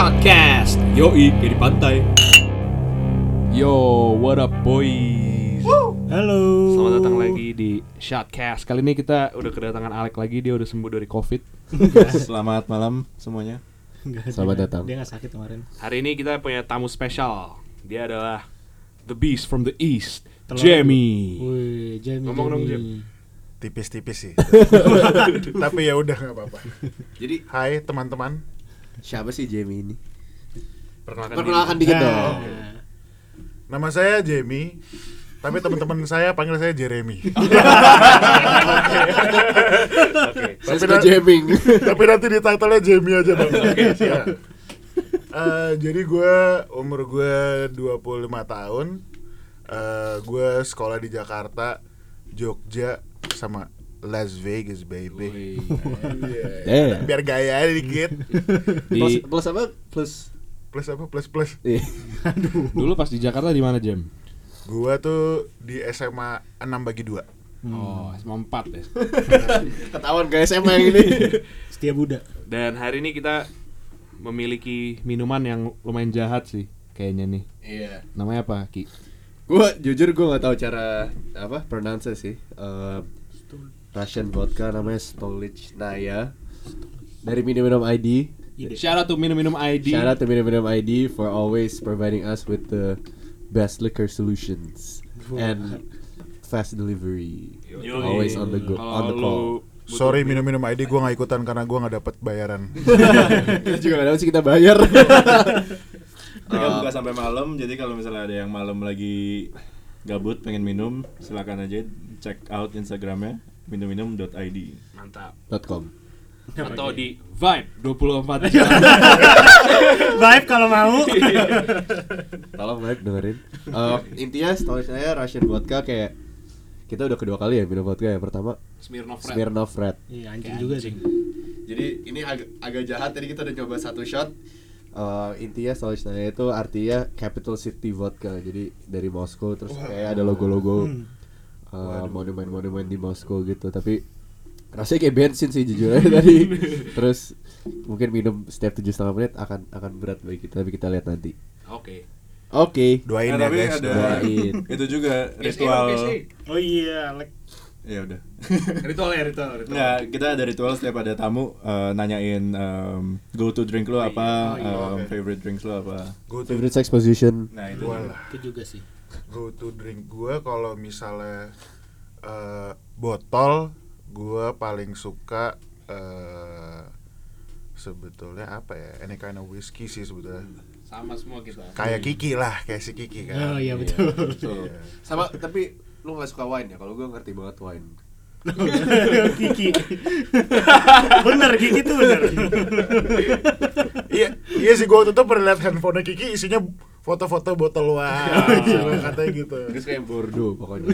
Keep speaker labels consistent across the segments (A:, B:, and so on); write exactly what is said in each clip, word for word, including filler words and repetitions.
A: Shotcast. Yoi, kayak di pantai. Yo, what up boys?
B: Woo. Halo.
A: Selamat datang lagi di Shotcast. Kali ini kita udah kedatangan Alek lagi, dia udah sembuh dari Covid.
C: Selamat malam semuanya.
B: Enggak,
C: Selamat
B: dia,
C: datang.
B: Dia gak sakit kemarin.
A: Hari ini kita punya tamu spesial. Dia adalah The Beast from the East,
B: Telur.
A: Jamie.
B: Wih, Jamie.
A: Ngomong dong,
B: Jamie.
D: Tipis-tipis sih. Tapi ya udah nggak apa-apa.
C: Jadi
D: Hai teman-teman.
C: siapa sih Jamie ini?
A: Perkenalkan,
C: Perkenalkan
A: diri.
C: dikit
B: Nah.
C: dong.
D: Nama saya Jamie. Tapi teman-teman saya panggil saya Jeremy.
A: Oke.
C: Saya
D: Tapi
C: suka
D: na-
C: jamming.
D: Tapi nanti di title-nya Jamie aja bang. Oke siap. Uh, jadi gue umur gue dua puluh lima tahun. Uh, gue sekolah di Jakarta, Jogja, sama Las Vegas baby.
C: Damn.
D: Yeah. Biar gaya dikit.
C: Plus,
A: Di
C: plus apa? Plus.
D: Plus apa? Plus plus.
C: Iya.
A: dulu pas di Jakarta di mana, Jam?
D: Gue tuh di S M A enam bagi dua.
A: Oh, S M A empat ya.
C: Ketahuan ke S M A yang ini.
B: Setia Buddha.
A: Dan hari ini kita memiliki minuman yang lumayan jahat sih kayaknya nih.
C: Iya.
A: Namanya apa, Ki?
C: Gua jujur gua nggak tahu cara apa pronounce sih. Uh, Russian vodka namanya Stolichnaya. Dari minum-minum I D.
A: Shout out to minum-minum I D.
C: Shout out to minum-minum I D for always providing us with the best liquor solutions and fast delivery.
A: Yoi.
C: Always on the go,
A: Kalau
C: on the
A: lu
C: call.
A: butuh-
D: Sorry minum-minum I D gue gak ikutan karena gue gak dapet bayaran.
C: Kita juga nggak tahu sih kita bayar.
E: Mereka buka sampai malam, jadi kalau misalnya ada yang malam lagi gabut pengen minum, silakan aja check out Instagramnya minum-minum dot i d.
A: Mantap.
C: .com.
A: Atau di Vibe dua puluh empat jam.
B: Vibe kalau mau.
C: Tolong Mike dengerin. Uh, intinya setahu saya Russian vodka kayak kita udah kedua kali ya minum vodka ya. Pertama
A: Smirnoff Red.
C: Smirnoff Red.
B: Iya, anjing
A: Kayak
B: juga
A: anjing.
B: sih.
C: Jadi ini agak agak jahat, tadi kita udah coba satu shot. Uh, intinya Stolichnaya itu artinya Capital City Vodka. Jadi dari Moskow terus kayak ada logo-logo
B: Hmm.
C: uh, monumen-monumen di Moskow gitu. Tapi rasanya kayak bensin sih jujur aja tadi. Terus mungkin minum setiap tujuh setengah menit akan akan berat bagi kita, tapi kita lihat nanti.
A: Oke.
C: Oke.
D: Doain
E: Nah,
D: ya
E: tapi
D: guys.
E: ada
C: doain.
E: itu juga
A: P S A,
E: ritual.
A: P S A.
B: Oh iya, Alek.
E: Ya udah.
A: Ritual ya, ritual, ritual.
E: Nggak, kita ada ritual setiap ada tamu uh, nanyain um, go to drink lu apa,
A: Oh, iya.
E: um,
D: Oke.
E: favorite drinks lu apa.
D: Go to,
C: Favorite sex position.
E: Nah itu.
D: Walah.
B: Itu juga sih.
D: Go to drink gue kalau misalnya uh, botol gue paling suka uh, sebetulnya apa ya? Any kind of whiskey sih sebetulnya.
A: Sama semua kita.
D: Kayak Kiki lah, kayak si Kiki kan.
B: Oh iya betul.
D: Iya.
C: Sama tapi lu gak suka wine ya? Kalau gue ngerti banget wine.
B: Kiki. Bener, Kiki tuh bener.
D: Iya, iya sih gue waktu itu pernah liat handphone Kiki isinya foto-foto botol wine, katanya gitu.
C: Terus kayak Bordeaux pokoknya.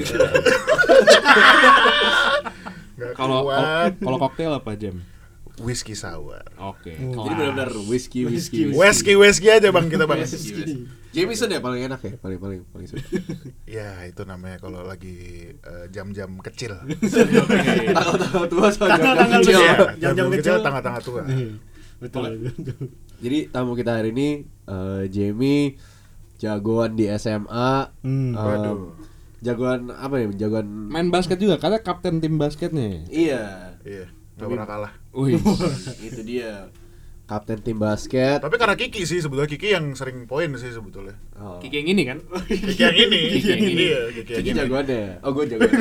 D: Gak
A: Kalau
D: kuat.
A: kalau koktail apa, Jam?
D: Whisky sour.
A: Oke.
C: Jadi benar-benar whiskey whiskey.
D: Whisky whisky aja bang kita bang.
C: Jameson ya paling enak ya, paling paling paling suka.
D: Ya itu namanya kalau lagi eh, jam-jam kecil.
C: Tanggal-tanggal tua sama
B: Tanggal-tanggal
C: kecil.
B: tua.
D: Iya,
B: Jam-jam
D: jam-jam kecil
B: kecil.
D: tengah-tengah tua.
B: Betul.
C: Jadi tamu kita hari ini eh, Jamie jagoan di S M A.
B: Hmm.
C: em,
D: Waduh.
C: jagoan apa ya? Jagoan
A: Main basket juga, karena kapten tim basketnya.
C: Iya.
D: Iya, gak pernah kalah.
A: Wih.
C: Itu dia. Kapten tim basket.
D: Tapi karena Kiki sih sebetulnya Kiki yang sering poin sih sebetulnya.
C: Oh.
A: Kiki yang ini kan?
D: Kiki yang ini,
A: Kiki yang ini.
D: Iya, Kiki yang
C: Kiki
D: ini.
C: jagoannya. Oh, gue jagoannya.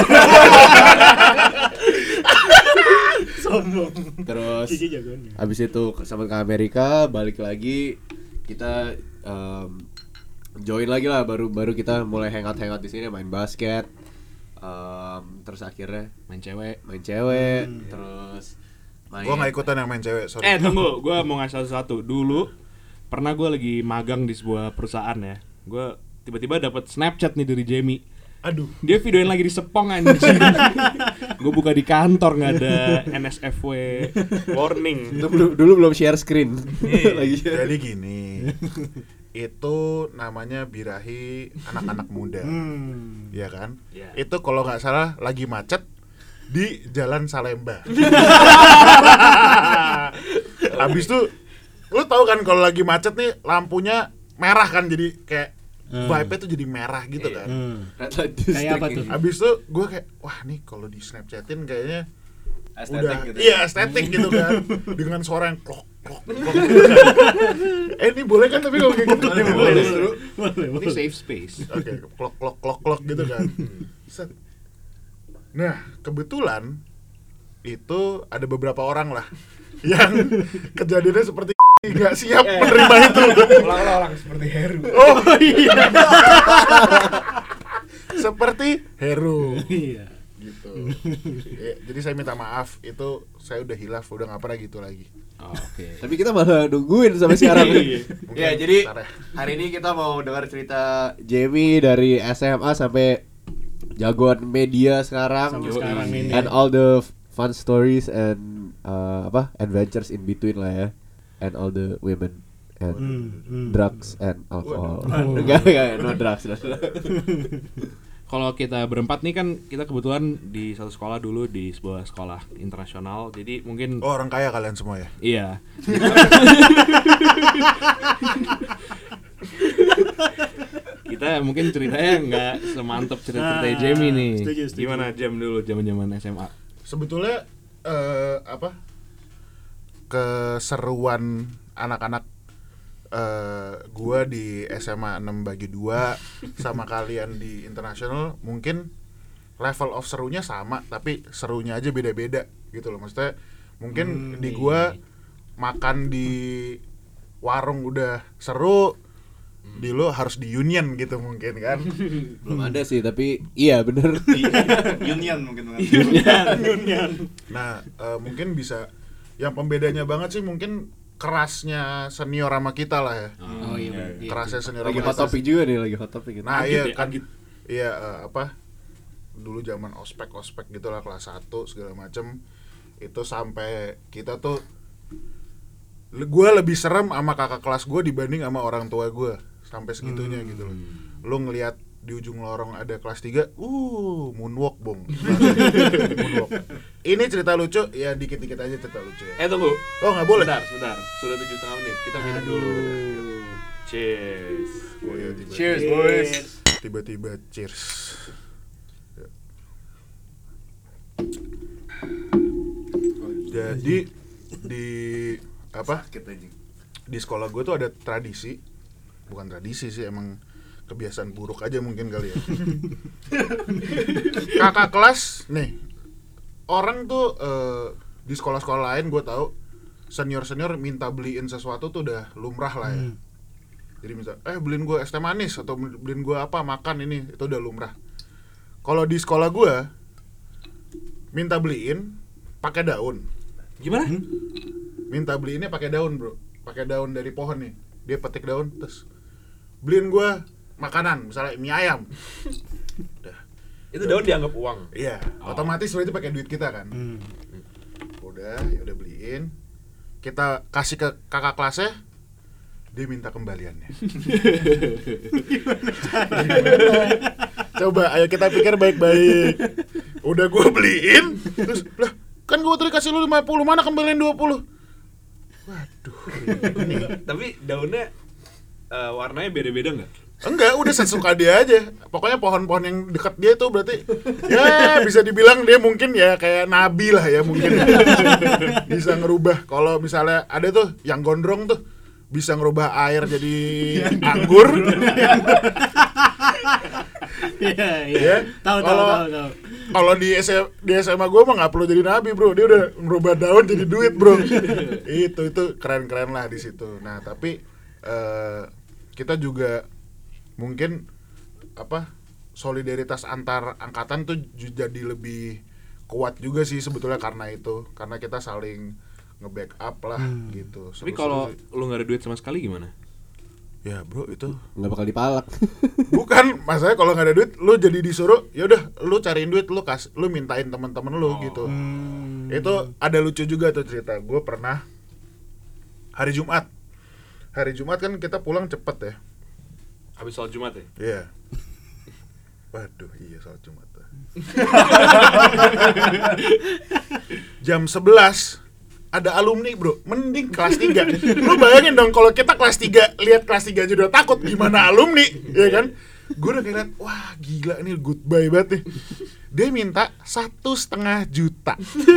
B: Sombong.
C: Terus
B: Kiki jagoannya.
C: abis itu ke- sama ke Amerika, balik lagi kita em, join lagi lah, baru baru kita mulai hangout hangout di sini, main basket. Em, terus akhirnya
A: Main cewek.
C: main cewek,
B: Hmm.
C: terus main.
D: Gue gak ikutan yang main cewek, sorry.
A: Eh tunggu, gue mau ngasih sesuatu. Dulu pernah gue lagi magang di sebuah perusahaan ya. Gue tiba-tiba dapat Snapchat nih dari Jamie.
D: Aduh.
A: Dia videoin lagi di Sepong anjing. Gue buka di kantor nggak ada N S F W warning.
C: Itu belum, dulu belum share screen. Lagi share.
D: Jadi gini, itu namanya birahi anak-anak muda,
B: Hmm.
D: ya kan?
A: Iya.
D: Itu kalau nggak salah lagi macet di Jalan Salemba. Habis tuh Lu tahu kan kalau lagi macet nih lampunya merah kan, jadi kayak
B: Hmm.
D: vibe-nya tuh jadi merah gitu kan.
B: Hmm.
C: Red light
B: Kayak
C: district
B: apa
C: ini.
B: tuh?
D: Abis itu gue kayak wah nih kalau di Snapchatin kayaknya
E: Estetik
D: udah
E: gitu.
D: iya estetik gitu kan, dengan suara yang klok klok klok gitu kan. Eh ini boleh kan tapi kalau kayak gitu
E: Boleh,
D: boleh
E: boleh.
D: justru.
B: Boleh,
A: Ini
B: boleh.
A: safe space.
D: Oke, klok klok klok klok gitu kan. Set. Nah, kebetulan itu ada beberapa orang lah yang kejadiannya seperti nggak siap menerima itu.
E: Orang-orang seperti Heru.
D: Oh iya. Seperti Heru
B: Iya.
D: gitu. Ya, jadi saya minta maaf, itu saya udah hilaf, udah nggak pernah gitu lagi.
A: Oh, Oke.
C: Tapi kita malah nungguin sampai sekarang.
D: Mungkin
C: Ya, jadi
D: ntar ya.
C: hari ini kita mau dengar cerita Jamie dari S M A sampai jagoan media sekarang.
B: Sampai sekarang ini.
C: And all the fun stories and uh, apa adventures in between lah ya. And all the women and
B: Hmm, hmm.
C: drugs and alcohol.
B: Waduh.
C: Enggak, enggak, no drugs.
A: Kalau kita berempat nih kan kita kebetulan di satu sekolah dulu di sebuah sekolah internasional. Jadi mungkin
D: Oh, orang kaya kalian semua ya.
A: iya. Kita mungkin ceritanya nggak semantap cerita-cerita
B: Ah,
A: Jamie nih.
B: setuju, setuju.
A: Gimana Jam dulu zaman-zaman S M A?
D: Sebetulnya eh, apa keseruan anak-anak eh, gua di S M A enam bagi dua sama kalian di internasional mungkin level of serunya sama tapi serunya aja beda-beda gitu loh. Maksudnya mungkin
B: Hmm,
D: di
B: iya.
D: gua makan di warung udah seru, di lo harus di union gitu mungkin kan.
C: Belum ada sih, tapi iya bener.
E: Union mungkin.
D: Nah, eh, mungkin bisa yang pembedanya banget sih mungkin kerasnya senior sama kita lah ya.
B: Oh iya,
E: Iya,
B: iya.
D: Kerasnya senior
C: Lagi
D: sama
C: hot
D: kita.
C: topic juga nih, lagi hot topic gitu.
D: Nah,
A: Agit
D: iya
A: ya,
D: kan.
A: agit.
D: Iya, eh, apa? Dulu zaman ospek-ospek gitulah kelas satu segala macem. Itu sampai kita tuh gue lebih serem sama kakak kelas gue dibanding sama orang tua gue, sampai segitunya gitu loh. Lu ngelihat di ujung lorong ada kelas tiga, uh moonwalk bong. Moonwalk. Ini cerita lucu ya, dikit-dikit aja cerita lucu ya.
A: Eh tunggu.
D: Oh nggak boleh.
A: Sebentar, sebentar. Sudah tujuh setengah menit. Kita minum dulu. Cheers.
D: Oh, iya, tiba-
C: Cheers boys.
D: Tiba-tiba cheers. Ya. Jadi di apa? Di sekolah gue tuh ada tradisi, bukan tradisi sih, emang kebiasaan buruk aja mungkin kali ya. Kakak kelas nih, orang tuh eh, di sekolah-sekolah lain gue tahu senior-senior minta beliin sesuatu tuh udah lumrah lah ya. Jadi misal, eh beliin gue es teh manis atau beliin gue apa makan ini, itu udah lumrah. Kalau di sekolah gue minta beliin pakai daun,
A: Gimana?
D: minta beliinnya pakai daun bro, pakai daun dari pohon nih, dia petik daun terus beliin gue makanan, misalnya mie ayam. Udah,
A: Itu daun dianggap uang.
D: iya,
A: Oh.
D: otomatis berarti pakai duit kita kan.
B: Hmm.
D: Udah, ya udah beliin, kita kasih ke kakak kelasnya, dia minta kembaliannya. Coba, ayo kita pikir baik-baik. Udah gue beliin, terus lah kan gue tadi kasih lu lima puluh, mana kembalian dua puluh? Waduh, ini.
A: Tapi daunnya eh, warnanya beda-beda nggak?
D: Enggak, udah sesuka dia aja. Pokoknya pohon-pohon yang dekat dia tuh berarti ya bisa dibilang dia mungkin ya kayak nabi lah ya mungkin. Bisa ngerubah. Kalau misalnya ada tuh yang gondrong tuh bisa ngerubah air jadi anggur.
B: Iya,
D: Iya.
B: iya. Tahu, tahu,
D: Kalau-
B: tahu, tahu.
D: Kalau di S M, di S M A gue mah nggak perlu jadi nabi bro, dia udah ngerubah daun jadi duit bro. itu itu keren-keren lah di situ. Nah tapi eh, kita juga mungkin apa solidaritas antar angkatan tuh ju- jadi lebih kuat juga sih sebetulnya karena itu, karena kita saling nge-backup lah gitu.
A: Tapi
D: Seru-seru
A: kalau
D: sih.
A: lu nggak ada duit sama sekali gimana?
D: Ya bro itu
C: Nggak bakal dipalak.
D: bukan masalahnya, kalau nggak ada duit lu jadi disuruh ya udah lu cariin duit, lu kas lu mintain teman-teman lu gitu.
B: Hmm.
D: Itu ada lucu juga tuh cerita. Gue pernah hari Jumat. Hari Jumat kan kita pulang cepet ya.
A: Habis sholat Jumat ya?
D: Iya. Waduh, iya soal Jumat tuh. Jam sebelas ada alumni bro, mending kelas tiga. Lu bayangin dong kalau kita kelas tiga lihat kelas tiga aja udah takut, gimana alumni, ya kan? Gue udah kayak, wah gila ini goodbye banget nih. Dia minta satu setengah juta.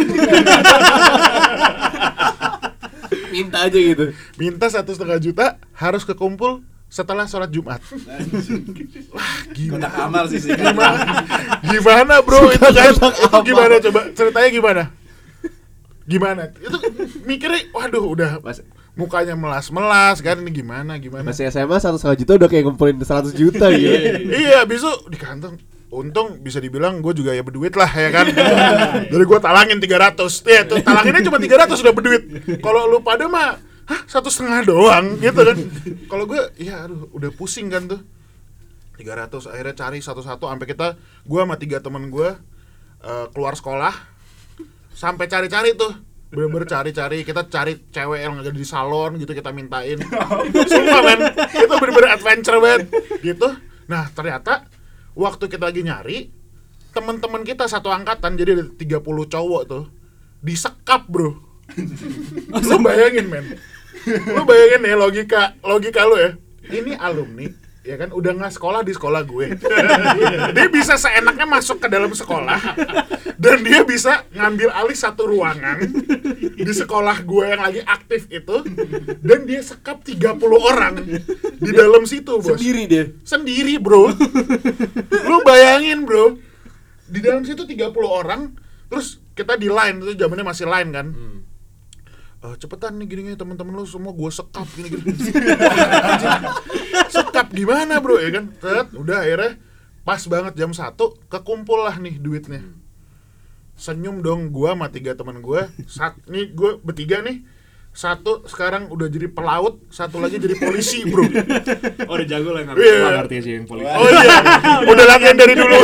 C: Minta aja gitu.
D: Minta satu setengah juta harus kekumpul setelah sholat Jumat. Wah gimana?
E: Kotak amal sih sih.
D: Gimana? Gimana bro itu kan? Itu gimana coba ceritanya gimana? Gimana? Itu mikirnya, waduh udah
C: Mas,
D: mukanya melas-melas kan, ini gimana gimana?
C: masih S M A satu setengah juta udah kayak ngumpulin seratus juta gitu.
D: Iya, besok di kantong. Untung bisa dibilang gue juga ya berduit lah ya kan. Dari gue talangin tiga ratus. Ya tuh talanginnya cuma tiga ratus udah berduit. Kalau lu pada mah hah satu setengah doang gitu kan. Kalau gue ya aduh udah pusing kan tuh. tiga ratus akhirnya cari satu-satu sampai kita gue sama tiga teman gue uh, keluar sekolah. Sampai cari-cari tuh. Bener-bener cari-cari, kita cari cewek yang ada di salon gitu kita mintain. Sumpah men, itu bener-bener adventure banget gitu. Nah, ternyata waktu kita lagi nyari, teman-teman kita satu angkatan, jadi ada tiga puluh cowok tuh, disekap bro. Lu bayangin men, lu bayangin ya logika logika lu ya. Ini alumni, ya kan udah nggak sekolah di sekolah gue. Dia bisa seenaknya masuk ke dalam sekolah dan dia bisa ngambil alih satu ruangan di sekolah gue yang lagi aktif itu, dan dia sekap tiga puluh orang di dalam situ bos.
C: Sendiri dia.
D: Sendiri bro. Lu bayangin bro, di dalam situ tiga puluh orang, terus kita di line, itu zamannya masih line kan. hmm. Uh, cepetan nih gini-gini teman-teman lu semua gue sekap gini-gini. Sekap gimana bro ya kan? Tet, udah akhirnya pas banget jam satu kekumpul lah nih duitnya. Senyum dong gua sama tiga teman gua. Sat, nih gue bertiga nih. Satu sekarang udah jadi pelaut, satu lagi jadi polisi bro.
A: Oh udah jago lah yang
D: Iya.
A: ngerti sih yang polisi.
D: Oh iya, udah latihan dari dulu.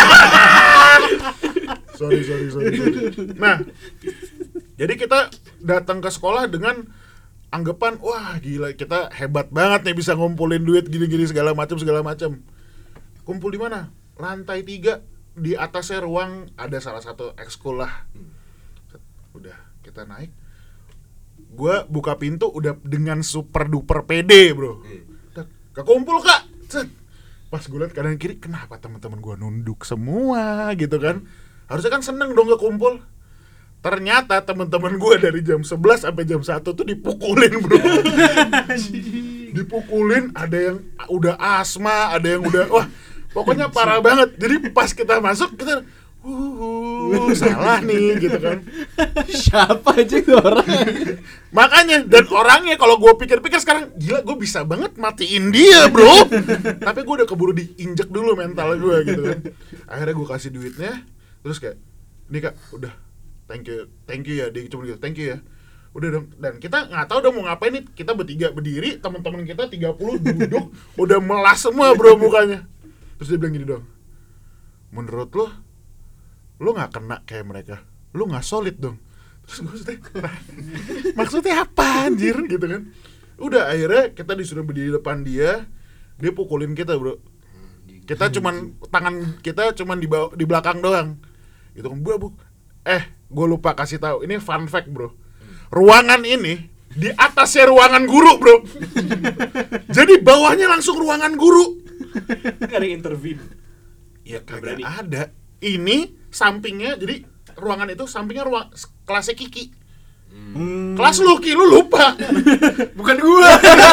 D: sorry, sorry, sorry, sorry. Nah, jadi kita datang ke sekolah dengan anggapan, wah gila kita hebat banget nih bisa ngumpulin duit gini-gini segala macam segala macam. Kumpul di mana? Lantai tiga, di atasnya ruang ada salah satu ekskul lah. Udah kita naik. Gua buka pintu udah dengan super duper pede bro. Kekumpul kak. Set. Pas gue liat kanan kiri, kenapa teman-teman gue nunduk semua gitu kan? Harusnya kan seneng dong kekumpul. Ternyata teman-teman gue dari jam sebelas sampai jam satu tuh dipukulin bro. Dipukulin, ada yang udah asma, ada yang udah wah pokoknya parah banget. Jadi pas kita masuk kita uh, salah nih gitu kan.
C: Siapa aja tuh orang?
D: Makanya, dan orangnya kalau gue pikir-pikir sekarang, gila gue bisa banget matiin dia bro. Tapi gue udah keburu diinjek dulu mental gue gitu kan. Akhirnya gue kasih duitnya, terus kayak, nih kak, udah, thank you, thank you ya, dia cuma gitu, thank you ya. Udah dong, dan kita nggak tahu dong mau ngapain nih. Kita bertiga berdiri, teman-teman kita tiga puluh duduk, udah melas semua bro mukanya. Terus dia bilang gini dong, menurut lo, lo nggak kena kayak mereka, lo nggak solid dong. Terus gue maksudnya, maksudnya apa anjir gitu kan. Udah akhirnya kita disuruh berdiri depan dia, dia pukulin kita bro. Kita cuman, tangan kita cuman di, bawah, di belakang doang. Gitu kan, bu, eh gue lupa kasih tahu, ini fun fact bro. Ruangan ini di atasnya ruangan guru bro. Jadi bawahnya langsung ruangan guru.
A: Gak ada yang intervene.
D: Ya kagak ada. Ini sampingnya, jadi ruangan itu sampingnya ruang kelasnya Kiki. Hmm. Kelas lu Ki, lu lupa. Bukan gua.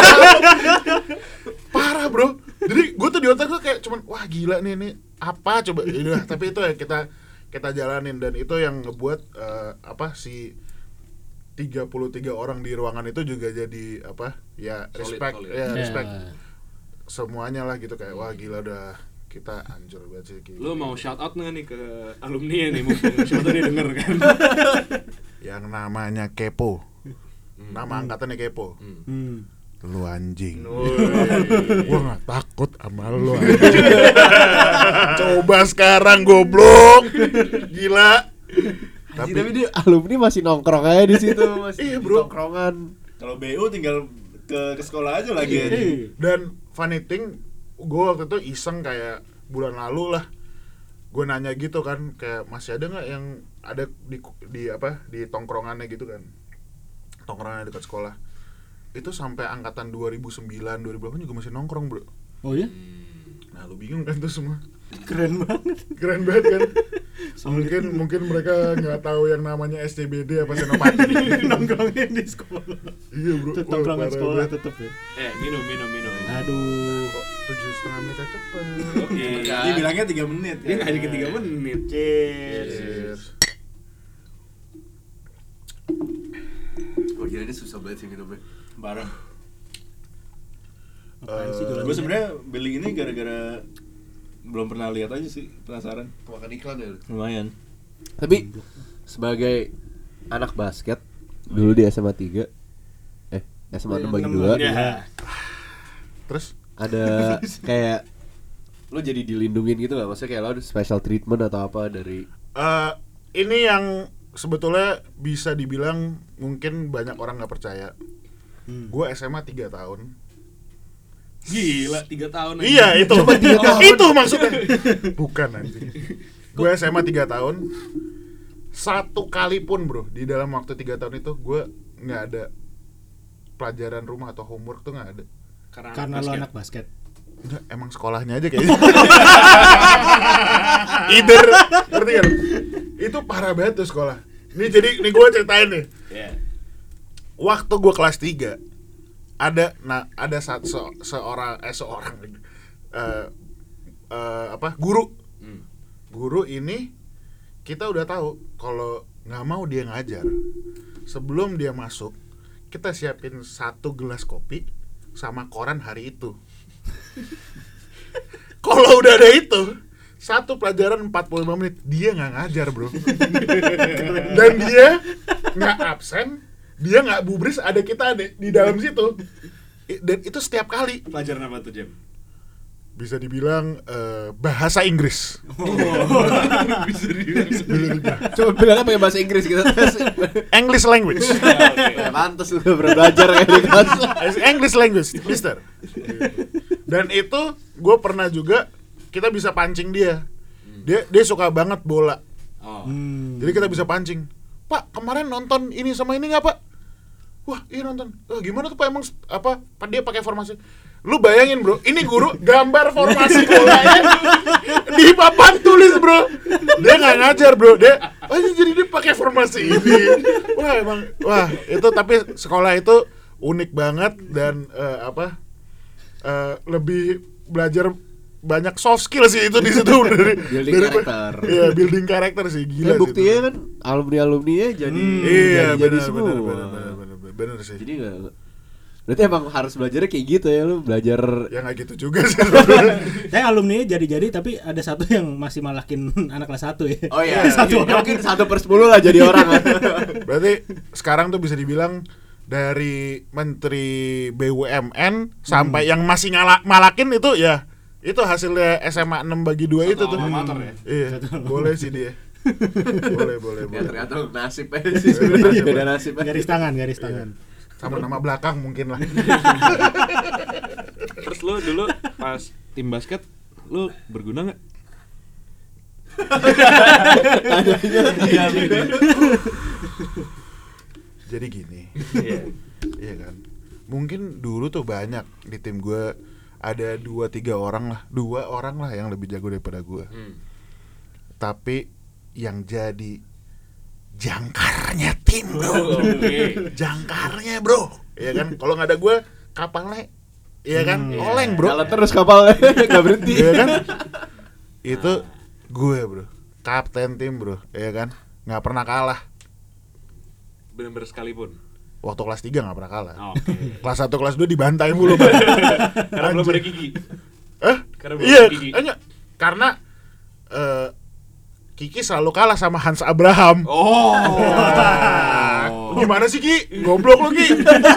D: Parah bro. Jadi gua tuh di otak gua kayak cuman wah gila nih nih apa coba. Yaudah, tapi itu ya kita kita jalanin, dan itu yang ngebuat uh, apa si tiga puluh tiga orang di ruangan itu juga jadi apa? Ya respect, solid, solid. ya respect. Yeah. Semuanya lah gitu kayak wah gila udah kita hancur banget sih. Gitu.
A: Lu mau shout out nggak nih ke alumni nih, mumpung siapa tuh dia denger kan?
D: Yang namanya Kepo, hmm. nama angkatannya Kepo. Hmm. Lu anjing. Gua nggak takut sama lu anjing. Coba sekarang goblok, gila.
C: Tapi, tapi dia alumni masih nongkrong aja di situ, masih
D: iya, bro.
C: nongkrongan.
E: Kalau B U tinggal ke, ke sekolah aja lagi.
D: Iya. Dan funny thing, gue waktu itu iseng kayak bulan lalu lah, gue nanya gitu kan, kayak masih ada nggak yang ada di di apa di tongkrongannya gitu kan. tongkrongan dekat sekolah. Itu sampai angkatan dua ribu sembilan, dua ribu delapan juga masih nongkrong, Bro.
B: Oh ya?
D: Nah, lu bingung kan tuh semua.
B: Keren banget.
D: Keren banget kan? mungkin mungkin mereka nggak tahu yang namanya S C B D apa Senopati.
B: Nongkrongnya di sekolah.
D: Iya, Bro.
B: Tetap nongkrongan sekolah tetap ya.
A: Eh, minum minum minum.
B: Aduh.
D: Kok tujuh setengah menit aja cepet.
A: Oke.
E: Dia bilangnya tiga menit.
A: Dia nggak ke tiga menit.
B: Cheers.
D: Cheers.
C: Oh gila ini susah banget sih minumnya.
E: Bareng.
B: Apaan sih jualan
E: Gue
B: ini?
E: sebenarnya beli ini gara-gara belum pernah lihat aja sih, penasaran.
C: Makan iklan ya lu?
E: Lumayan.
C: Tapi sebagai anak basket dulu di S M A tiga eh S M A enam bagi dua
A: Ya.
D: Terus
C: ada kayak lo jadi dilindungin gitu gak? Maksudnya kayak lo ada special treatment atau apa dari
D: eh ini yang sebetulnya bisa dibilang mungkin banyak orang nggak percaya.
B: Hmm.
D: Gue S M A tiga tahun.
A: Gila, tiga tahun aja.
D: Iya itu.
C: Cuma tiga tahun.
D: Itu maksudnya. Bukan anjing. Gue S M A tiga tahun. Satu kali pun, Bro, di dalam waktu tiga tahun itu gue nggak ada pelajaran rumah atau homework tuh nggak ada.
B: Karena lo anak basket.
D: Enggak, emang sekolahnya aja kayaknya. Either, ngerti kan? Itu parah banget tuh sekolah. Nih jadi, nih gue ceritain nih.
A: Iya.
D: Waktu gue kelas tiga ada, nah ada satu se, seorang, eh seorang, uh, uh, apa guru,
A: Hmm.
D: guru ini kita udah tahu kalau nggak mau dia ngajar, sebelum dia masuk kita siapin satu gelas kopi sama koran hari itu. Kalau udah ada itu, satu pelajaran empat puluh lima menit dia nggak ngajar, Bro. Dan dia nggak absen, dia nggak bubris, ada kita ada di dalam situ. I- Dan itu setiap kali.
A: Pelajaran apa tuh, Jam?
D: Bisa dibilang eh, bahasa Inggris.
A: Bisa dibilang.
C: coba bilangnya pakai bahasa Inggris gitu.
D: English language.
C: Ya pantes lu pernah belajar kayak di kelas.
D: English language, mister. Dan itu gue pernah juga kita bisa pancing dia. Dia dia suka banget bola.
A: Oh.
B: Hmm.
D: Jadi kita bisa pancing. Pak, kemarin nonton ini sama ini nggak, Pak? Wah, iya nonton. Wah, gimana tuh Pak, emang s- apa? Pak dia pakai formasi. Lu bayangin, Bro, ini guru gambar formasi bolanya di papan tulis, Bro. Dia nggak ngajar, Bro. Dia, oh ini jadi dia pakai formasi ini. Wah, emang, wah itu tapi sekolah itu unik banget dan eh, apa? eh, lebih belajar banyak soft skill sih itu di situ dari
C: Building
D: dari-
C: karakter.
D: Iya, building karakter sih gila
C: Ya
D: sih
C: buktinya
D: itu.
C: kan alumni-alumninya jadi
D: Hmm, iya,
C: jadi, jadi
D: benar,
C: semua.
D: benar, benar, benar, benar, benar, benar sih.
C: Jadi enggak berarti emang harus belajarnya kayak gitu ya, lu belajar
D: Ya nggak gitu juga sih sebenarnya.
B: Saya alumni jadi-jadi tapi ada satu yang masih malakin anak kelas satu ya.
C: Oh iya,
B: Satu
C: ya, mungkin satu per sepuluh lah jadi orang.
D: Berarti sekarang tuh bisa dibilang dari Menteri B U M N sampai yang masih ngala- malakin itu ya itu hasilnya S M A enam bagi dua itu tuh.
A: alma mater ya?
D: Iya, boleh sih dia. boleh, boleh,
C: Ya
D: boleh.
C: ternyata nasib aja sih sebenarnya beda nasib aja.
B: Garis tangan, garis tangan.
D: Sama nama belakang mungkin lah.
A: Terus lu dulu pas tim basket lu berguna nggak?
D: Jadi gini.
A: Iya.
D: Iya kan. Mungkin dulu tuh banyak di tim gue ada dua tiga orang lah, dua orang lah yang lebih jago daripada gue.
C: Hmm.
D: Tapi yang jadi jangkarnya tim, Bro.
A: Oke.
D: Jangkarnya, Bro. Iya kan? Kalau nggak ada gue, kapalnya iya kan?
B: Hmm,
D: Oleng, Bro.
C: Jalan terus kapalnya enggak berhenti.
D: Iya kan? Itu gue, Bro. Kapten tim, Bro. Iya kan? Nggak pernah kalah.
A: Bener-bener sekalipun.
D: Waktu kelas tiga nggak pernah kalah.
A: Oke.
D: Kelas satu, kelas dua dibantai mulu, Bang.
A: Karena belum
D: Anjir.
A: ada gigi.
D: Eh?
A: Karena belum
D: Iya,
A: ada gigi.
D: enggak. Karena eh, Kiki selalu kalah sama Hans Abraham.
A: Oh.
D: Ah, gimana sih, Ki? Goblok lu, Ki.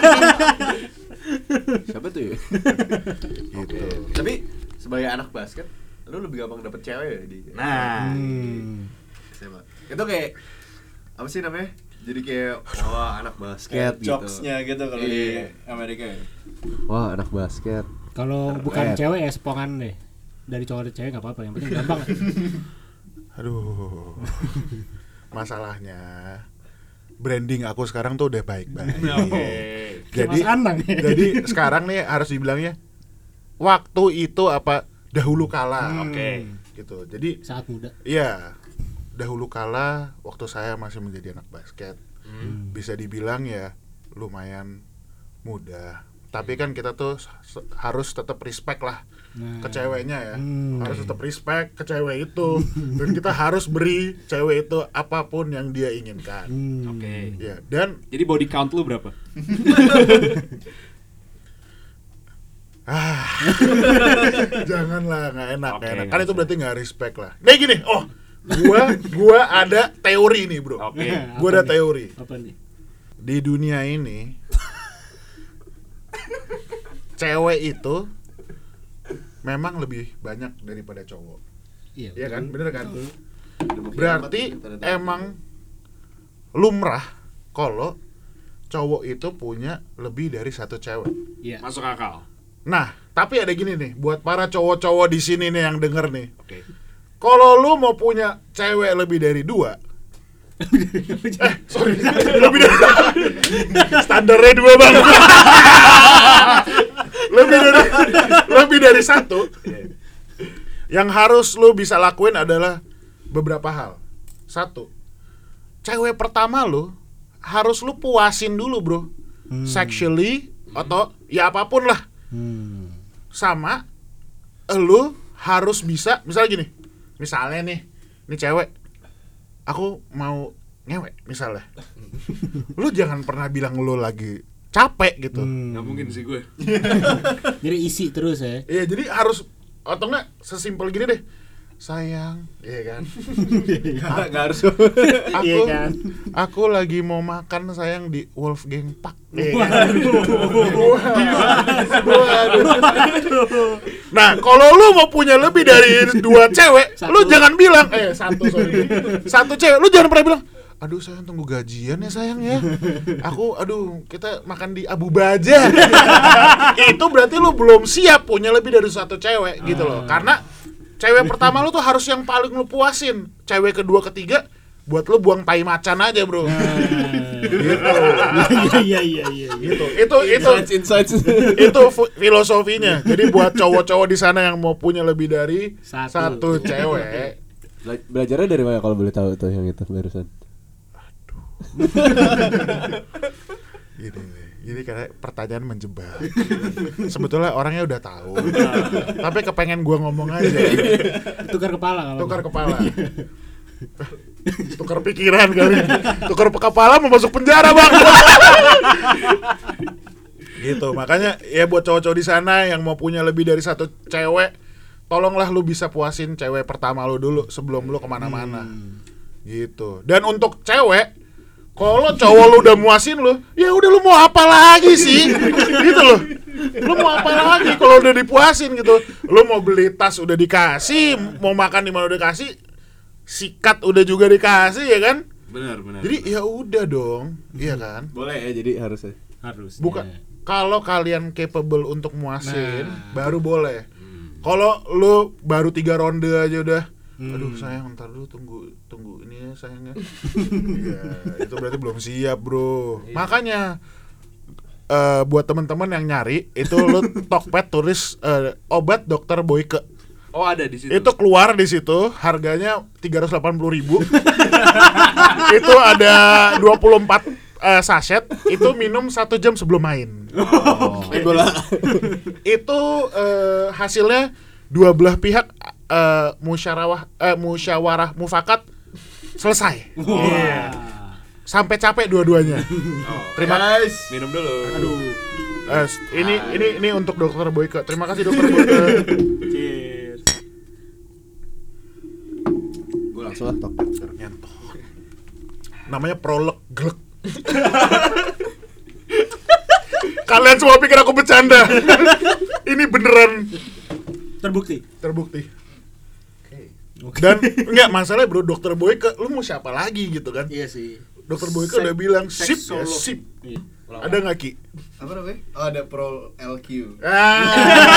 C: Siapa tuh ya?
D: Gitu.
C: Tapi sebagai anak basket, lu lebih gampang dapet cewek ya di
A: Nah.
B: Hmm.
C: S M A. Itu kayak apa sih namanya? Jadi kayak wah anak basket gitu.
E: Jokes-nya gitu kalau di
C: Iya.
E: Amerika ya.
C: Wah anak basket.
B: Kalau
C: Keren.
B: bukan cewek ya sepongan deh. Dari cowok ke cewek enggak apa-apa, yang penting gampang.
D: Aduh. Masalahnya branding aku sekarang tuh udah baik-baik.
A: Oke.
D: Jadi
B: Mas Anang ya?
D: jadi sekarang nih harus dibilangnya waktu itu apa dahulu kala.
A: Oke.
D: Gitu. Jadi
B: Saat muda.
D: iya, dahulu kala waktu saya masih menjadi anak basket.
A: Hmm.
D: Bisa dibilang ya lumayan mudah. Tapi kan kita tuh s- harus tetap respect lah
B: Nah.
D: ke ceweknya ya.
B: Hmm.
D: Harus tetap respect ke cewek itu dan kita harus beri cewek itu apapun yang dia inginkan.
B: Hmm.
A: Oke.
D: Ya, dan
A: Jadi body count lu berapa?
D: ah janganlah, nggak enak,
A: Oke,
D: nggak enak.
A: nggak
D: Kan itu
A: usah.
D: berarti nggak respect lah. Nah gini, oh, gua gua ada teori nih, Bro.
A: Oke.
D: Gua ada teori.
B: Apa nih?
D: Di dunia ini cewek itu memang lebih banyak daripada cowok.
B: Iya.
D: Iya kan?
B: betul.
D: Bener kan?
B: Betul.
D: Berarti emang lumrah kalau cowok itu punya lebih dari satu cewek.
B: Iya.
A: Masuk akal.
D: Nah, tapi ada gini nih, buat para cowok-cowok di sini nih yang denger nih.
A: Oke.
D: Kalau lu mau punya cewek lebih dari dua, eh sorry, lebih dari standarnya dua bang, lebih dari lebih dari satu, yang harus lu bisa lakuin adalah beberapa hal. Satu, cewek pertama lu harus lu puasin dulu bro,
B: Hmm.
D: sexually atau ya apapun lah.
B: Hmm.
D: Sama lu harus bisa, misalnya gini, misalnya nih nih cewek, aku mau ngewek misalnya, lu jangan pernah bilang lu lagi capek gitu.
B: Hmm.
A: Nggak mungkin sih gue.
B: Jadi isi terus ya.
D: Iya, jadi harus, atau enggak sesimpel gini deh, sayang, iya kan,
C: Nggak harus.
D: aku
B: Iya kan?
D: aku lagi mau makan sayang di Wolfgang Park. Iya kan? Nah, kalau lu mau punya lebih dari dua cewek,
B: Satu.
D: lu jangan bilang eh satu sorry. Satu cewek, lu jangan pernah bilang, aduh sayang tunggu gajian ya sayang ya. Aku aduh kita makan di Abu Baja. Itu berarti lu belum siap punya lebih dari satu cewek gitu loh. Karena cewek pertama lu tuh harus yang paling lu puasin. Cewek kedua ketiga buat lu buang tai macan aja, Bro. Gitu.
B: Iya iya iya.
D: Gitu. Itu itu
C: Insights, insights.
D: itu fu- filosofinya. Jadi buat cowok-cowok di sana yang mau punya lebih dari
B: Satu.
D: satu cewek,
C: Bela- Belajarnya dari mana kalau boleh tahu tuh yang itu barusan?
D: gini nih. Jadi karena pertanyaan menjebak. Sebetulnya orangnya udah tahu. Tapi kepengen gua ngomong aja.
B: Tukar kepala kalau.
D: Tukar kepala. Tukar pikiran kali. Tukar kepala mau masuk penjara, Bang. Gitu. Makanya ya buat cowok-cowok di sana yang mau punya lebih dari satu cewek, tolonglah lu bisa puasin cewek pertama lu dulu sebelum lu kemana-mana. Gitu. Dan untuk cewek, kalau cowok lu udah muasin lu, ya udah lu mau apa lagi sih? Gitu loh. Lu mau apa lagi kalau udah dipuasin gitu. Lu mau beli tas udah dikasih, mau makan di mana udah dikasih, sikat udah juga dikasih ya kan?
A: Benar, benar.
D: Jadi ya udah dong, iya kan?
C: Boleh ya, jadi harusnya.
B: Harus.
D: Bukan
B: ya.
D: kalau kalian capable untuk muasin,
B: Nah.
D: baru boleh. Kalau lu baru tiga ronde aja udah,
B: Hmm.
D: aduh sayang ntar dulu tunggu tunggu ini ya sayangnya. Iya, itu berarti belum siap bro. Makanya eh, buat teman-teman yang nyari itu lu Tokped tulis eh, obat dokter Boyke.
A: Oh, ada di situ.
D: Itu keluar di situ harganya tiga ratus delapan puluh ribu. Itu ada dua puluh empat eh, sachet. Itu minum satu jam sebelum main.
C: Main bola.
D: Itu eh, hasilnya dua belah pihak eh, musyawarah eh, musyawarah mufakat selesai. Iya. Sampai capek dua-duanya. Terima
C: Guys.
A: Minum dulu.
B: Aduh.
D: eh, ini ini ini untuk dokter Boyke. Terima kasih dokter Boyke.
B: Cheers.
C: Gue langsung lah tok.
D: Nyentuh. Namanya prolog glek. Kalian semua pikir aku bercanda. Ini beneran
B: Terbukti.
D: terbukti.
B: Oke.
D: Dan enggak masalah bro, dokter Boyke, lu mau siapa lagi gitu kan?
B: Iya sih.
D: Dokter Boyke
B: Sek-
D: udah bilang
B: seks
D: sip ya,
B: solo.
D: sip.
B: Iya.
D: Ada nggak Ki?
C: Apa namanya? Oh, ada Pro L Q.
D: Ah.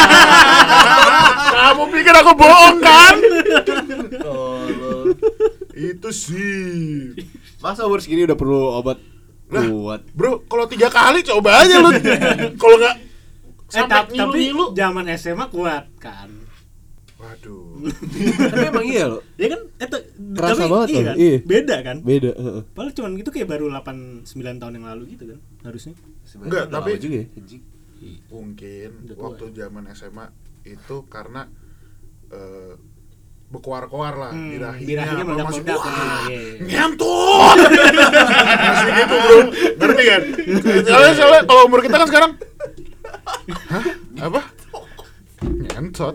D: Kamu pikir aku bohong kan?
C: Oh, lo.
D: Itu sih.
C: Masa umur segini udah perlu obat
D: Lah,
C: kuat?
D: bro, kalau tiga kali coba aja lu. Kalau nggak
B: Eh,
D: sampai
B: ta- tapi
D: ngilu-ngilu.
B: zaman S M A kuat kan.
D: Waduh.
C: Tapi emang iya loh.
B: Ya kan itu
C: Kerasa
B: tapi
C: banget
B: iya
C: loh,
B: kan?
C: iya.
B: Beda kan?
C: Beda, heeh.
B: Padahal cuman itu kayak baru delapan sembilan tahun yang lalu gitu kan harusnya.
D: Enggak,
C: Udah
D: tapi-
C: lama juga ya, anjing.
D: Mungkin
B: Udah tua.
D: waktu zaman S M A itu karena eh, berkoar-koar lah
B: Hmm,
D: birahinya,
B: birahinya
D: apa, masih
B: meledak-ledak,
D: wah,
B: iya, iya.
D: ngentut masih gitu bro, ngerti kan? Soalnya, soalnya kalau umur kita kan sekarang hah? Apa? Ngentot.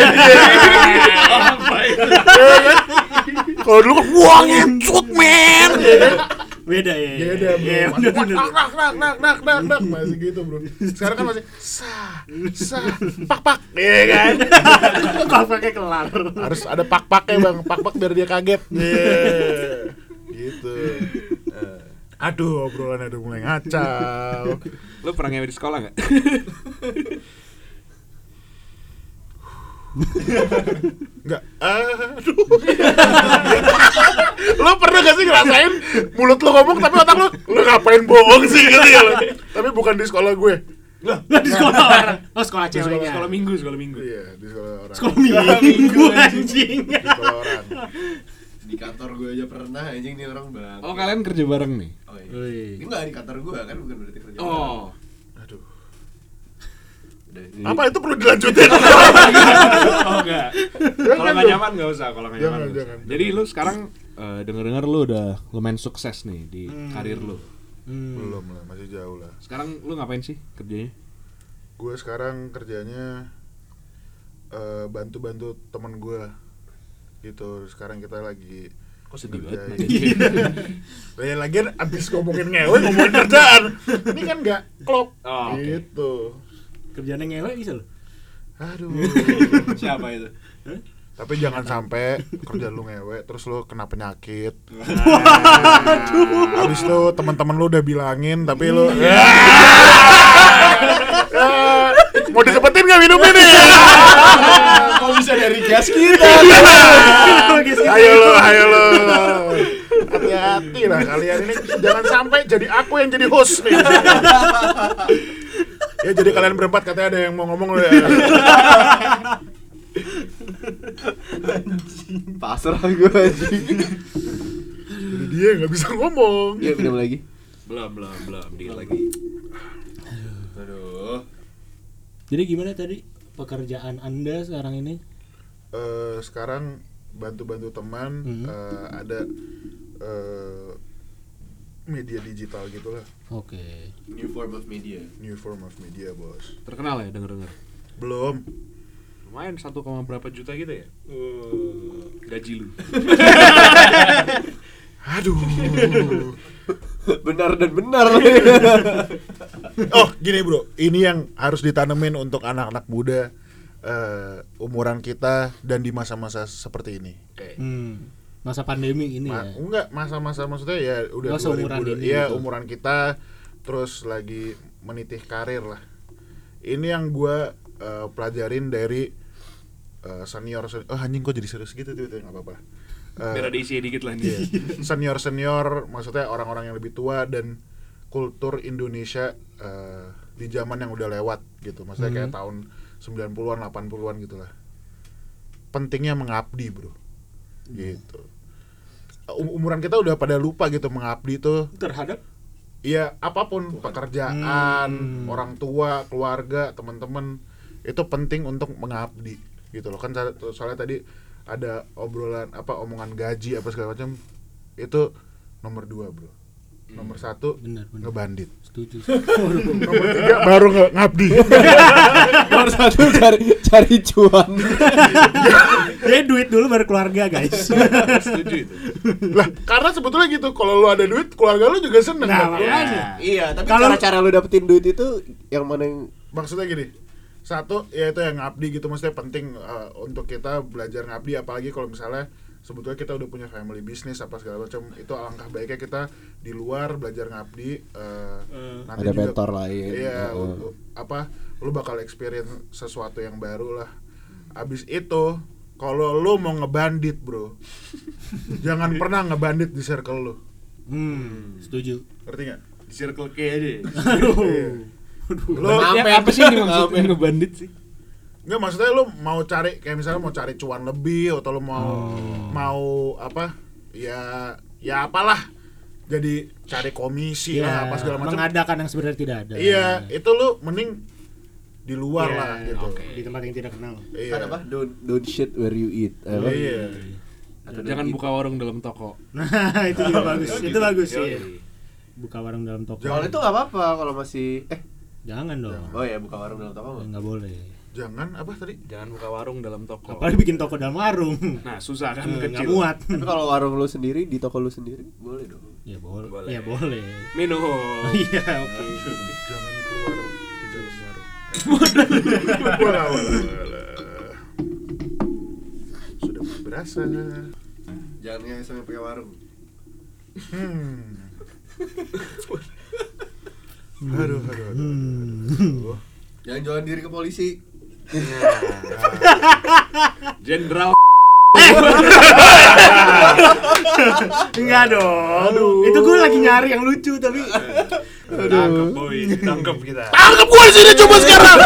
D: Iya kan? Kalau dulu kan wah ngentot men.
B: Beda ya.
D: Beda bro.
B: Iya,
D: Masih
B: bener, bener.
D: nak nak nak nak nak nak nak masih gitu bro. Sekarang kan masih sah sah pak pak, iya kan?
B: Kok pakai kelar.
D: Harus ada pak paknya bang, pak pak biar dia kaget. Yeah. Gitu. Eh, Aduh, obrolan udah mulai ngacau.
A: Lu pernah ngewe di sekolah nggak?
D: Enggak. Aduh. Lo pernah gak sih ngerasain mulut lo ngomong tapi otak lo lo ngapain bohong sih gitu ya lo. Tapi bukan di sekolah gue.
B: Nggak di sekolah orang. Oh, sekolah
A: Di sekolah,
B: ceweknya.
A: sekolah minggu, sekolah minggu.
D: Iya, di sekolah orang.
B: Sekolah minggu anjing.
D: Di sekolah orang.
C: Di kantor gue aja pernah anjing nih orang bang.
A: Oh, kalian kerja bareng nih?
C: Oh iya.
B: Wih.
C: Ini enggak di kantor gue kan bukan berarti kerja.
A: Oh.
D: Aduh.
C: Udah, ini-
D: Apa itu perlu dilanjutin?
A: Oh enggak. Kalau nggak
D: dong.
A: nyaman nggak usah, kalau nggak
D: Jangan,
A: nyaman. nggak usah.
D: jangan,
A: Jadi
D: jangan.
A: lu sekarang eh, denger-dengar lu udah lumayan sukses nih di karir lu.
B: Hmm.
D: Belum lah, masih jauh lah.
A: Sekarang lu ngapain sih kerjanya?
D: Gue sekarang kerjanya eh, bantu-bantu temen gue gitu. Sekarang kita lagi
A: Kok sedih banget?
D: ngerjain. Ya lagian abis ngomongin ngewe ngomongin kerjaan. Ini kan nggak klop.
A: Oh, oke.
D: Gitu.
B: Kerjaannya ngewe bisa loh.
D: Aduh.
E: Siapa itu?
D: Tapi jangan sampai kerja lu ngewe terus lu kena penyakit. Habis itu teman-teman lu udah bilangin tapi lu Ya, mau disebutin nggak minum ini?
C: Kok bisa dari gas kita?
D: Ayo lo, ayo lo. Hati-hati lah kalian ini jangan sampai jadi aku yang jadi host nih. Ya jadi kalian berempat katanya ada yang mau ngomong lo ya.
C: Pasrah gue anjing.
D: Jadi dia nggak bisa ngomong.
C: Iya, minum lagi.
A: Belum, belum, belum. Dikit lagi.
C: Aduh.
B: Jadi gimana tadi pekerjaan Anda sekarang ini?
D: Eh, sekarang bantu-bantu teman
B: Hmm.
D: eh, ada eh, media digital gitulah,
B: Oke.
C: New form of media.
D: new form of media bos.
A: Terkenal ya denger-denger.
D: Belum.
A: Lumayan satu koma berapa juta gitu ya? Gaji lu.
D: Aduh.
C: Benar dan benar.
D: Oh gini bro, ini yang harus ditanemin untuk anak-anak muda eh, umuran kita dan di masa-masa seperti ini.
A: Oke.
B: Hmm. Masa pandemi ini
D: Ma-
B: ya.
D: enggak masa-masa maksudnya ya udah
B: Oh, seumuran
D: dua ribu,
B: ini
D: ya
B: gitu.
D: umuran kita terus lagi menitih karir lah. Ini yang gua eh, pelajarin dari eh, senior senior. Oh anjing kok jadi serius gitu tuh nggak apa-apa. Eh,
A: Biar ada isi dikit lah
D: iya.
A: nih.
D: Senior-senior maksudnya orang-orang yang lebih tua dan kultur Indonesia eh, di zaman yang udah lewat gitu. Maksudnya kayak
B: Hmm.
D: tahun sembilan puluhan, delapan puluhan gitu lah. Pentingnya mengabdi, Bro. Gitu. Um- umuran kita udah pada lupa gitu mengabdi tuh.
B: Terhadap
D: Iya, apapun pekerjaan,
B: Hmm.
D: orang tua, keluarga, teman-teman itu penting untuk mengabdi gitu loh. Kan so- soalnya tadi ada obrolan apa omongan gaji apa segala macam itu nomor dua bro. Nomor satu
B: benar benar.
D: ngebandit.
B: Setuju.
D: Nomor tiga baru nge- ngabdi.
C: Nomor satu cari cari cuan.
B: Ya duit dulu baru keluarga, guys.
A: Setuju itu.
D: Lah karena sebetulnya gitu kalau lu ada duit keluarga lu juga seneng.
B: Nah,
D: kan?
B: makanya.
C: Iya, tapi
B: Kalau-
C: cara-cara lu dapetin duit itu yang mana yang
D: Maksudnya gini, satu ya itu yang ngabdi gitu maksudnya penting uh, untuk kita belajar ngabdi apalagi kalau misalnya sebetulnya kita udah punya family business apa segala macam itu alangkah baiknya kita di luar belajar ngabdi uh,
B: Uh,
D: nanti
C: ada
D: juga,
C: mentor lain.
D: iya
C: Heeh.
D: u- u- apa lu bakal experience sesuatu yang baru lah abis itu kalau lo mau ngebandit bro, jangan pernah ngebandit di circle lo.
B: Hmm, setuju.
D: Ngerti nggak?
A: Di circle K aja.
D: Lo
A: Ya, apa sih ini maksudnya ngebandit sih?
D: nggak, maksudnya lo mau cari kayak misalnya mau cari cuan lebih atau lo mau
B: Oh.
D: mau apa? Ya ya apalah. Jadi cari komisi
B: Iya,
D: lah apa segala macam.
B: mengadakan yang sebenarnya tidak ada.
D: Iya, itu lo mending di luar
B: Iya,
D: lah gitu.
B: oke. Di tempat yang tidak kenal.
D: Iya.
C: Kan apa? Don't don't shit where you eat. Apa?
D: Iya.
C: Atau
A: Jangan
C: don't
A: buka warung dalam toko.
B: Nah, itu juga bagus.
A: Oh,
B: Itu
A: gitu.
B: bagus
A: Yoi.
B: iya. Buka warung dalam toko.
C: Kalau itu nggak apa-apa kalau masih eh
B: Jangan dong.
C: oh ya buka warung dalam toko nggak?
B: Nggak boleh.
D: Jangan apa tadi?
A: Jangan buka warung dalam toko.
B: Apalagi bikin toko dalam warung.
A: Nah, susah kan
B: Eh, Nggak
A: kecil.
B: muat.
C: Tapi kalau warung lu sendiri di toko lu sendiri boleh dong.
B: Ya boleh.
A: Boleh.
B: Ya boleh.
A: Minum.
B: Iya, oke.
D: Jangan keluar di dalam warung. Wala, wala, wala. Sudah mulai berasa.
C: Jangan yang sampai pakai warung.
D: Hmm. Aduh, aduh, aduh. aduh.
C: Jangan jualan diri ke polisi.
A: Jenderal.
B: Enggak dong. Itu gue lagi nyari yang lucu tapi
A: Tangkap boy, tangkap kita.
D: Tangkap gua di sini coba sekarang.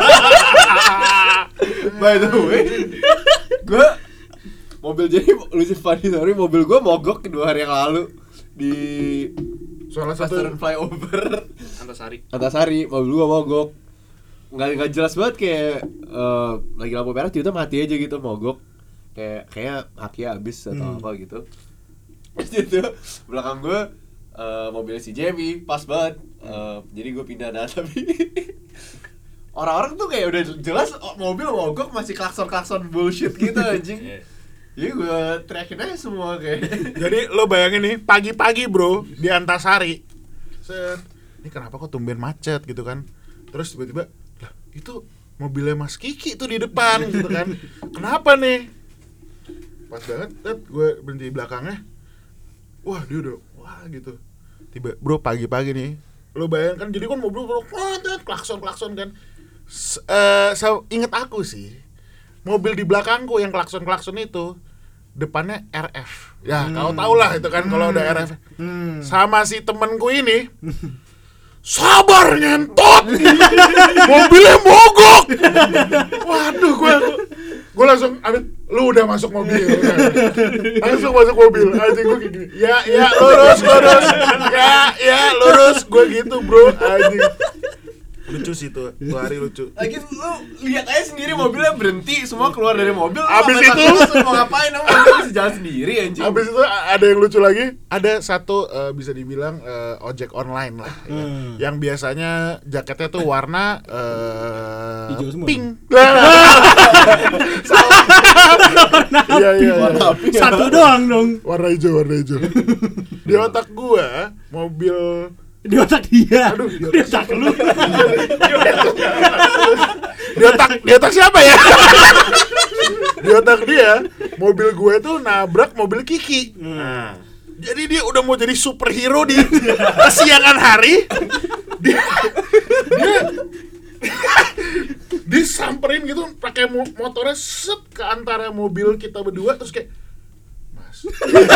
C: By the way, gue mobil jadi lucu funny story, mobil gue mogok dua hari yang lalu di
D: Salah satu
C: Pasaran flyover
A: Antasari.
C: Antasari, mobil gue mogok. Nggak nggak jelas banget kayak eh, lagi lampu merah tiba-tiba mati aja gitu mogok. Kayak kayak akinya habis atau
B: Hmm.
C: apa gitu. Terus itu belakang gue eh, mobilnya si Jamie pas banget. Eh, jadi gue pindah dah tapi orang-orang tuh kayak udah jelas oh, mobil mogok masih klakson-klakson bullshit gitu anjing. Jadi gue teriakin aja semua kayak.
D: Jadi lo bayangin nih, pagi-pagi bro di Antasari. Set. Ini kenapa kok tumben macet gitu kan? Terus tiba-tiba, lah itu mobilnya Mas Kiki tuh di depan gitu kan. Kenapa nih? Pas banget, tet, gue berhenti di belakangnya. Wah dia udah, wah gitu. Tiba, bro pagi-pagi nih. Lo bayangkan, jadi kan mobil bro, klakson-klakson kan. S- eh, so, inget aku sih, mobil di belakangku yang klakson-klakson itu depannya R F. Ya, kau tau lah itu kan kalau udah R F.
B: Hmm.
D: Sama si temenku ini sabar ngentot. Mobilnya mogok. Waduh, gue gue langsung ambil, lu udah masuk mobil. Langsung masuk mobil. Anjing gue kayak gini. Ya, ya lurus, lurus. Ya, ya lurus. Gue gitu, bro. Anjing. Lucu sih tuh, tuh hari lucu.
C: Lagi lu lihat aja sendiri mobilnya berhenti, semua keluar dari mobil. Lu
D: Abis
C: ngapain
D: itu-
C: takut, mau ngapain? Emang mobil bisa jalan sendiri anjing.
D: Habis itu ada yang lucu lagi, ada satu eh, bisa dibilang eh, ojek online lah, ya.
B: Hmm.
D: Yang biasanya jaketnya tuh warna eh,
B: Hijau semua.
D: pink. Iya iya. iya.
B: Satu doang dong.
D: Warna hijau, warna hijau. Di otak gua mobil
B: Di otak dia.
D: Aduh, di
B: Di otak lu.
D: di otak di otak siapa ya? Di otak dia, mobil gue tuh nabrak mobil Kiki. Nah, jadi dia udah mau jadi superhero di kesiangan hari. Dia dia disamperin gitu pakai mo- motornya set ke antara mobil kita berdua terus kayak Mas.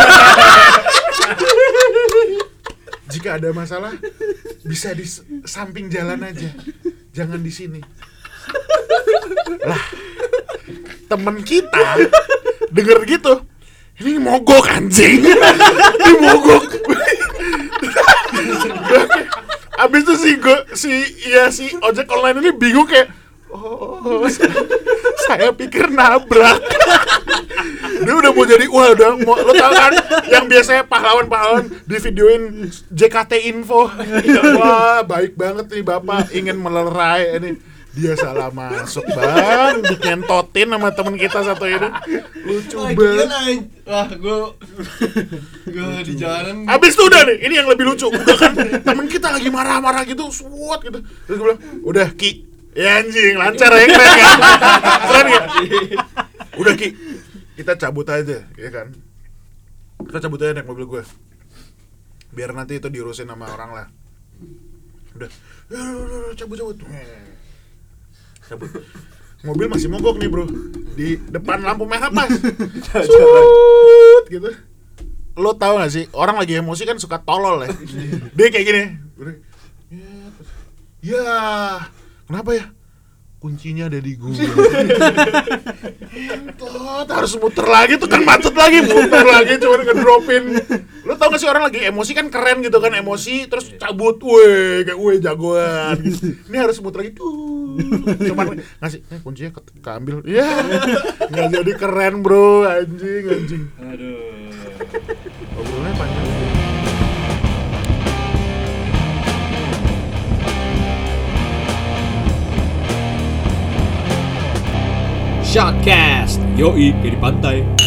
D: Jika ada masalah bisa di s- samping jalan aja. Jangan di sini. Lah, temen kita denger gitu, ini mogok anjing. Ini mogok. Abis itu si gue, si ya si ojek online ini bingung kayak, oh, saya pikir nabrak. Dia udah mau jadi, wah udah mau, lo tau kan yang biasanya pahlawan-pahlawan di videoin J K T Info. Wah baik banget nih bapak, ingin melerai ini. Dia salah masuk bang, dikentotin sama temen kita satu ini. Lucu banget.
C: Wah, gue gue di jalanan.
D: Abis itu udah nih, ini yang lebih lucu. Udah kan temen kita lagi marah-marah gitu, suat gitu. Terus gue bilang, udah Ki, ya anjing, lancar ya, keren ya. Keren ya. Udah Ki, kita cabut aja, ya kan. Kita cabut aja naik mobil gue. Biar nanti itu diurusin sama orang lah. Udah, ya udah, udah, udah, cabut-cabut. Cabut. mobil masih mogok nih bro di depan lampu merah pas. Sut gitu. Lo tau gak sih orang lagi emosi kan suka tolol ya. Dia kayak gini. Ya, kenapa ya? Kuncinya ada di gue. Entot, harus muter lagi tuh kan macet lagi, muter lagi cuma ngedropin. Lo tau gak sih orang lagi emosi kan keren gitu kan, emosi terus cabut, weh kayak weh jagoan gitu. Ini harus muter lagi tuh. Cuman ngasih eh, kuncinya ke- keambil. Iya. Enggak jadi keren, bro. Anjing, anjing.
E: Aduh.
D: Obrolannya panjang.
F: Shotcast, yoi, kayak di pantai.